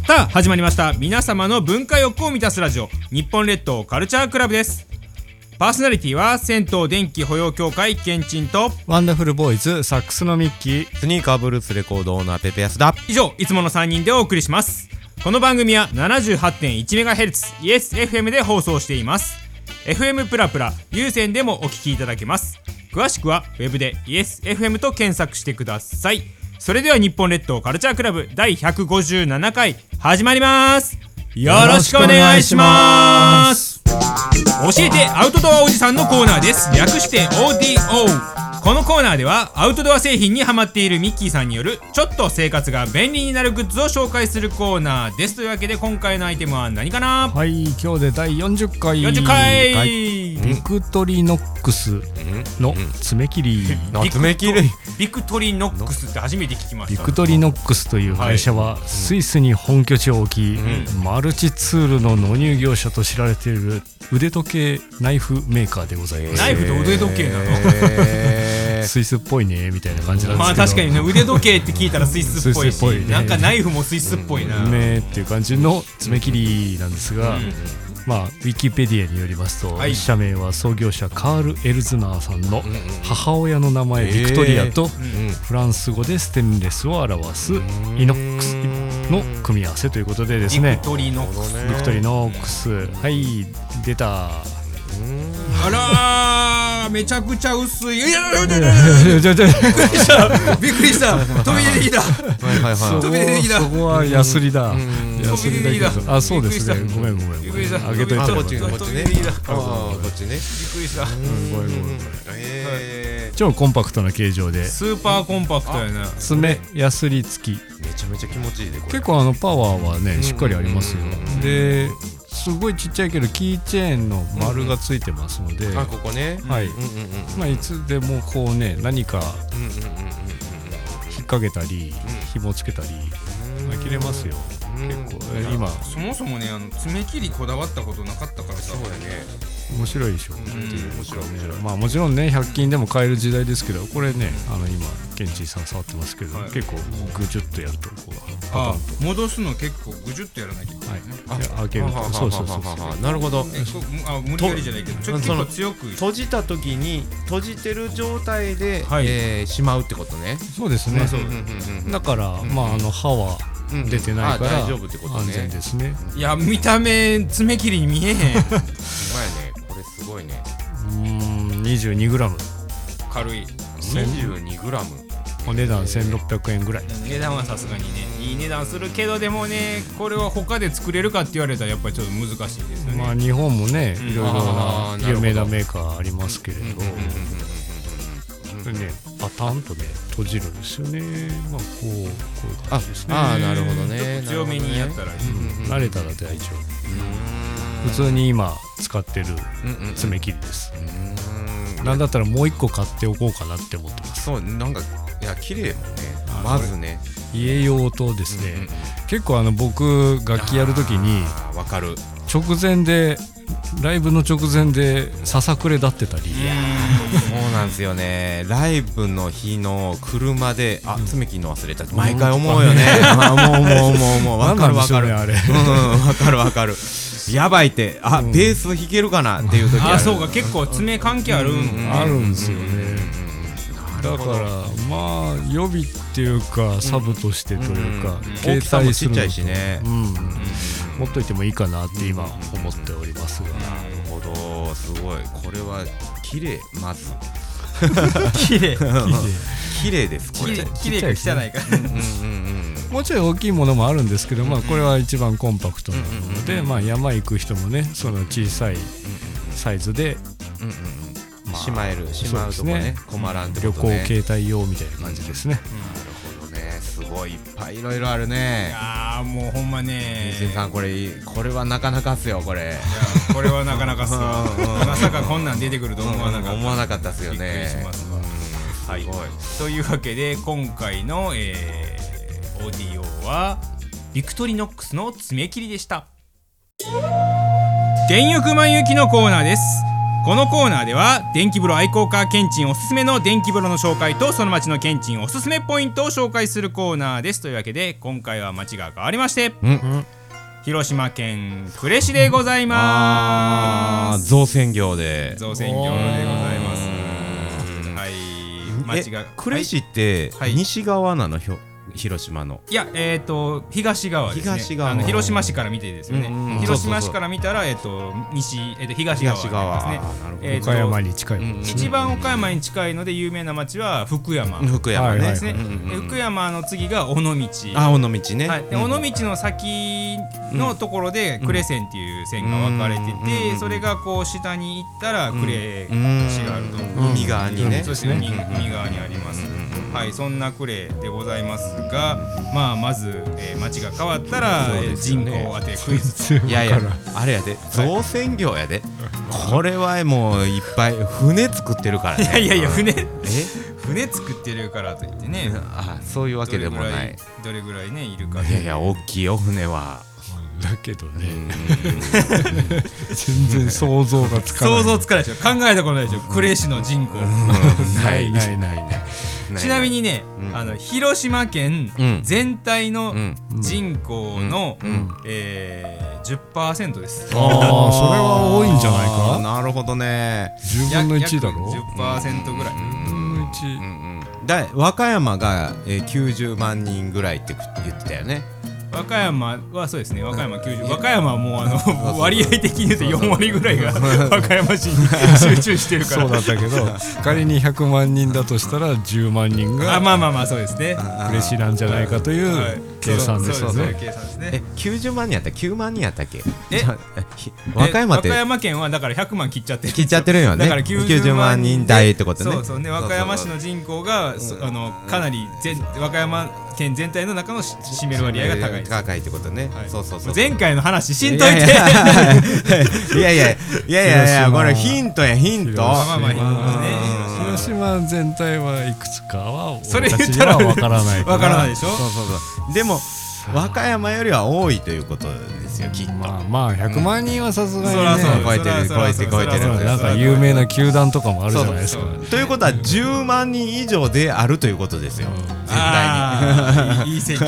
さあ始まりました。皆様の文化欲を満たすラジオ、日本列島カルチャークラブです。パーソナリティは銭湯電気保養協会ケンチンとワンダフルボーイズサックスのミッキー、 スニーカーブルースレコードオーナーペペヤスだ。 以上、いつもの3人でお送りします。この番組は 78.1MHz イエス FM で放送しています。 FM プラプラ有線でもお聞きいただけます。詳しくはウェブでイエス FM と検索してください。それでは日本列島カルチャークラブ第157回始まります。よろしくお願いします。教えてアウトドアおじさんのコーナーです。略して ODO。 このコーナーではアウトドア製品にハマっているミッキーさんによるちょっと生活が便利になるグッズを紹介するコーナーです。というわけで今回のアイテムは何かな。 はい、今日で第40回 40回、 はい、ビクトリノックスの爪切り。 爪切りビクトリノックスって初めて聞きました。 ビクトリノックスという会社はスイスに本拠地を置き、マルチツールの納入業者と知られている腕時計ナイフメーカーでございます。 ナイフと腕時計なの、 スイスっぽいねみたいな感じなんですけど、 まあ確かにね、腕時計って聞いたらスイスっぽいし、 スイスっぽいね、 なんかナイフもスイスっぽいなねっていう感じの爪切りなんですが、まあ、ウィキペディアによりますと、はい、社名は創業者カール・エルズナーさんの母親の名前ビクトリアとフランス語でステンレスを表すイノックスの組み合わせということでですね、 ビクトリノックス、 ビクトリノックス、はい、出た。 あらー、めちゃくちゃ薄い。いやいやいやいやいや、びっくりしたびっくりした、飛び出てきた、飛び出てきた。 そこはヤスリだ、 ヤスリだけど、 あ、そうですね、ごめんびっくりした、 あげといて、 こっちね、こっちね、びっくりした。 ごめん超コンパクトな形状でスーパーコンパクトやな。 爪ヤスリ付き、 めちゃめちゃ気持ちいいで、これ結構パワーはねしっかりありますよ。ですごいちっちゃいけどキーチェーンの丸がついてますので、 あ、ここね、 はい、まあいつでもこうね、何か引っ掛けたり紐つけたり切れますよ。結構今そもそもね、爪切りこだわったことなかったからさ。 そうやね、 面白いでしょ。 面白い。 まあもちろんね、100均でも買える時代ですけど、これね、今ケンチーさん触ってますけど、結構グジュッとやるとこうパターンと戻すの結構グジュッとやらなきゃいけないね。 開けると、そう、 なるほど。 無理やりじゃないけど、ちょっと強く閉じた時に閉じてる状態でしまうってことね。 そうですね。だからまあ歯は出てないから大丈夫ってことね。 安全ですね。 いや、見た目爪切りに見えへん。うまいね、 これすごいね。 22g、 軽い 22g、 お値段1600円ぐらい。 値段はさすがにね、いい値段するけど、でもね、これは他で作れるかって言われたらやっぱりちょっと難しいですよね。 まあ日本もね、いろいろな有名なメーカーありますけれど、ね、パタンとね閉じるんですよね。まあこういう感じですね。 ああ、なるほどね。 強めにやったらいい。 慣れたら大丈夫。普通に今使ってる爪切りです。なんだったらもう一個買っておこうかなって思ってます。 そう、なんかいや綺麗もんね。まずね、 家用とですね、結構僕楽器やるときにわかる、 直前でライブの直前でささくれ立ってたり。 そうなんですよね。ライブの日の車で爪切るの忘れたって毎回思うよね。もうわかるわかる、 あれわかるやばいって、ベース弾けるかなっていう時ある。 そうか、結構爪関係あるんですよね。だからまあ予備っていうかサブとしてというか、 大きさもちっちゃいしね、 持っといてもいいかなって今思っておりますが。 なるほど、すごい。これは綺麗、まず綺麗です。これ綺麗か汚いか。 もうちょい大きいものもあるんですけど、まあこれは一番コンパクトなので、まあ山行く人もね、その小さいサイズでしまうとこね、困らんってことね。 旅行携帯用みたいな感じですね。 なるほどね、すごいいっぱいいろいろあるね。 いやもうほんまね、 西さん、これはなかなかっすよ。これはなかなかっすわ。まさかこんなん出てくると思わなかったっすよね。 びっくりしますわ。はい、というわけで今回のオーディオはビクトリノックスの爪切りでした。電浴満行きのコーナーです。 このコーナーでは電気風呂愛好家ケンチンおすすめの電気風呂の紹介とその町のケンチンおすすめポイントを紹介するコーナーです。というわけで今回は町が変わりまして、広島県呉市でございます。 造船業で造船業でございます。はい、町が呉市って西側なの、広島の。 いや東側ですね。 東側の広島市から見てですよね。広島市から見たら西東側ですね。 岡山に近い。 一番岡山に近いので有名な町は福山ですね。福山の次が尾道。 尾道ね。 尾道の先のところで呉線っていう線が分かれてて、それがこう下に行ったら呉市があると。 海側にね。 そうですね。海側にあります。はい、そんな呉でございますが、まず町が変わったら人口当てクイズ。 いやいや、あれやで、造船業やで。これはもういっぱい船作ってるからね。 いや船作ってるからといってね。 そういうわけでもない。 どれぐらいねいるか。 いや大きいよ船は。 だけどね、全然想像がつかない。 想像つかないでしょ。考えたことないでしょ。呉市の人口。 ない。 ちなみにね、広島県全体の人口の10% です。 それは多いんじゃないか。 なるほどね。 10分の1だろ。 10% ぐらい。 10分の1。 和歌山が90万人ぐらいって言ってたよね。 和歌山はそうですね。和歌山90。和歌山はもう割合的に言うと4割ぐらいが和歌山市に集中してるから。 そうだったけど、仮に100万人だとしたら10万人がまあそうですね。 呉市なんじゃないかという計算ですよね。 90万人やったっけ？9万人やったっけ？和歌山って和歌山県はだから100万切っちゃってるよね。 だから 90万人台ってことね。 そうね。和歌山市の人口がかなり和歌山県全体の中の占める割合が高い。 高いってことね。そう。 前回の話しんといて。 いやこれヒントやヒント。 広島全体はいくつかはそれ俺たちには分からない。 分からないでしょ。 そう。でも和歌山よりは多いということですよきっと。 まあ100万人はさすがにね超えてる。 なんか有名な球団とかもあるじゃないですか。 ということは10万人以上であるということですよ。絶対に。いい線。ヒ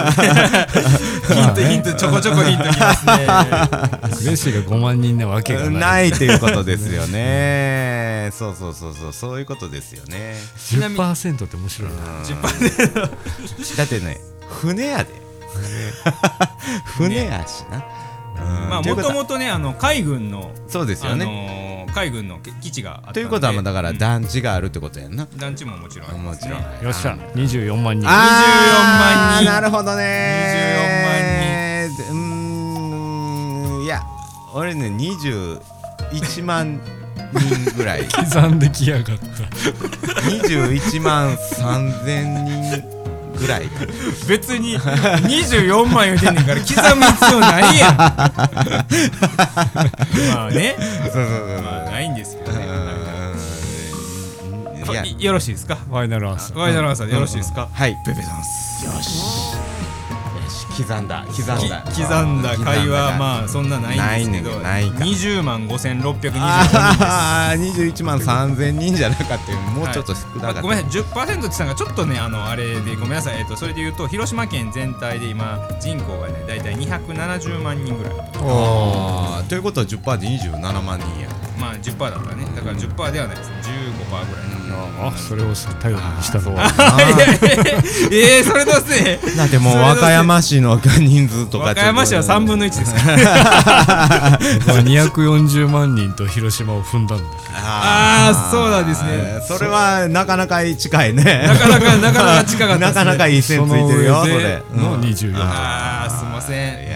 ントちょこちょこヒントきますね。 呉市が5万人なわけがないということですよね。そういうことですよね。 10% って面白いな。 10%。だってね船やで。船やしな。 もともとね海軍のそうですよね。 海軍の基地があったということはだから団地があるってことやんな。 団地ももちろんありますね。 よっしゃ24万人。 24万人。 なるほどね。 24万人。いや俺ね21万人ぐらい刻んできやがった。 21万3000人ぐらい。 別に24万言うてんねんから刻む必要ないやん。まあね。まあないんですけどね。よろしいですか。 ファイナルアンサーでよろしいですか。 はい。 ペペダンス。 よし。刻んだ会話まあそんなないんですけど20万5620人。 21万3000人じゃなかったよ。もうちょっと少なかった。 ごめんなさい 10% って言ったのがちょっとねあれでごめんなさい。それで言うと広島県全体で今人口がねだいたい270万人ぐらい。 ということは 10% で27万人や。 まあ 10% だったらね。だから 10% ではないです。15% ぐらい。 それを頼りにしたぞ。 それどうせだってもう和歌山市の人数とか和歌山市は3分の1ですから 240万人と広島を踏んだんだけど。 そうなんですね。 それはなかなか近いね。 なかなか近かったですね。 なかなかいい線ついてるよ。それの24。 すいません。 いや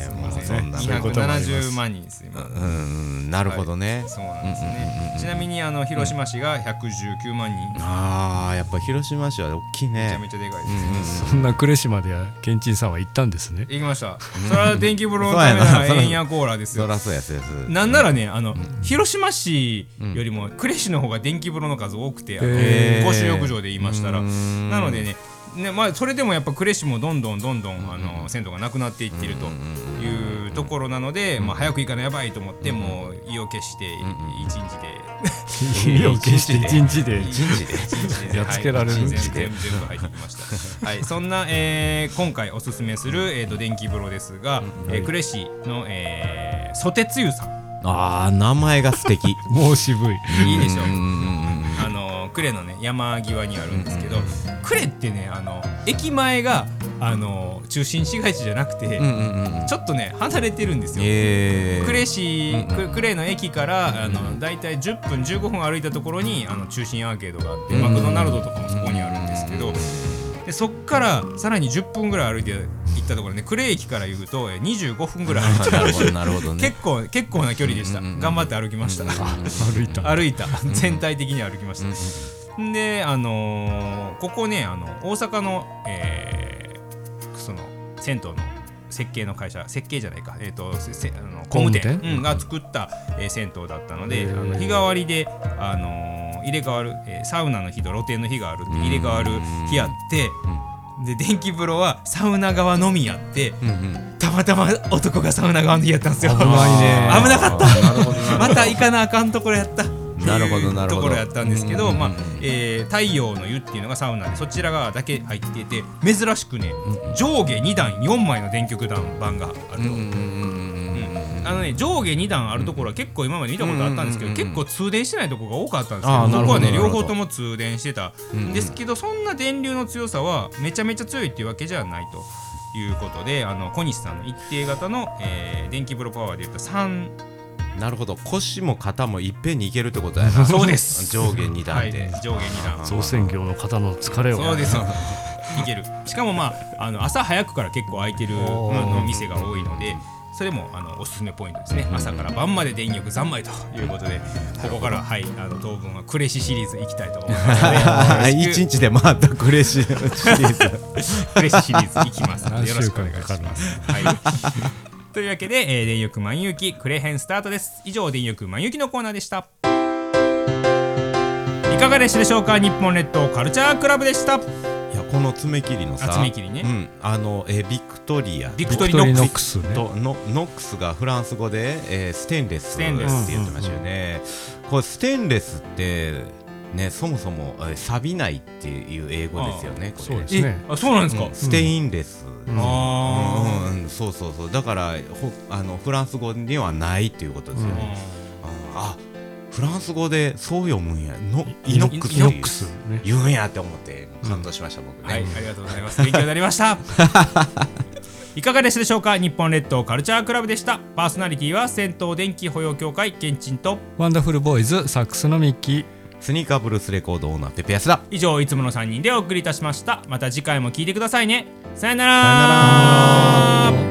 270万人です今。 なるほどね。 そうなんですね。ちなみに広島市が119万人。 やっぱ広島市は大きいね。 めちゃめちゃでかいです。 そんな呉市までケンチンさんは行ったんですね。 行きました。それは電気風呂のためならエンヤコーラですよ。 そらそうやそうや。 なんならね広島市よりも呉市の方が電気風呂の数多くて公衆浴場で言いましたら。なのでねそれでもやっぱ呉市もどんどん銭湯がなくなっていっているというところなので、まあ、早く行かなやばいと思ってもう意を決して1日で意を決して1日でやっつけられるんです全部入ってきましたはい、そんな、今回おすすめする、電気風呂ですが、呉市の、ソテツ湯さん。 名前が素敵もう渋いいいでしょ。呉のね山際にあるんですけど、呉ってね駅前が中心市街地じゃなくて、ちょっとね離れてるんですよ。呉市呉の駅からだいたい10分15分歩いたところに中心アーケードがあって、マクドナルドとかもそこにあるんですけど、でそっからさらに10分ぐらい歩いて行ったところね、呉駅から言うと25分ぐらい歩いてなるほどね。 結構な距離でした。頑張って歩きました。歩いた全体的に歩きました。でここね大阪のその銭湯の設計の会社、設計じゃないか工務店が作った銭湯だったので、日替わりで入れ替わるサウナの日と露天の日があるって入れ替わる日あって、で電気風呂はサウナ側のみやって、たまたま男がサウナ側の日やったんですよ。 危ないね。 危なかったまた行かなあかんところやったなるほどところやったんですけど、太陽の湯っていうのがサウナでそちら側だけ入っていて、珍しくね上下2段4枚の電極板があると。上下2段あるところは結構今まで見たことあったんですけど、結構通電してないところが多かったんですけど、ここはね両方とも通電してたんですけど、そんな電流の強さはめちゃめちゃ強いっていうわけじゃないということで、小西さんの一定型の、電気風呂パワーでいうと3。 なるほど、腰も肩もいっぺんにいけるってことやな。 そうです上下2段で、 上下2段造船業の方の疲れを。 そうですいける。しかもまあ朝早くから結構空いてる店が多いので、それもおすすめポイントですね。朝から晩まで電力三昧ということで、ここからはい当分は呉市シリーズ行きたいと思いますので 1日で回った呉市シリーズ呉市シリーズ行きますのでよろしくお願いします。はいというわけで、電力満遊記呉編スタートです。以上電力満遊記のコーナーでした。いかがでしたでしょうか。日本列島カルチャークラブでした。 いやこの爪切りのさ、 爪切りね、 ビクトリノックスね、 ノックスがフランス語で、ステンレスって言ってましたよね。これステンレスってね、そもそも錆びないっていう英語ですよね。これそうですね。 そうなんですか。 ステインレス、そうだからフランス語にはないっていうことですよね。フランス語でそう読むんや、イノックス言うんやって思って感動しました、僕ね。 はい、ありがとうございます。勉強になりましたいかがでしたでしょうか。日本列島カルチャークラブでした。パーソナリティは銭湯電気保養協会ケンチンとワンダフルボーイズサックスのミッキー、 スニーカーブルースレコードオーナーペペヤスだ。 以上いつもの3人でお送りいたしました。また次回も聞いてくださいね。さよなら。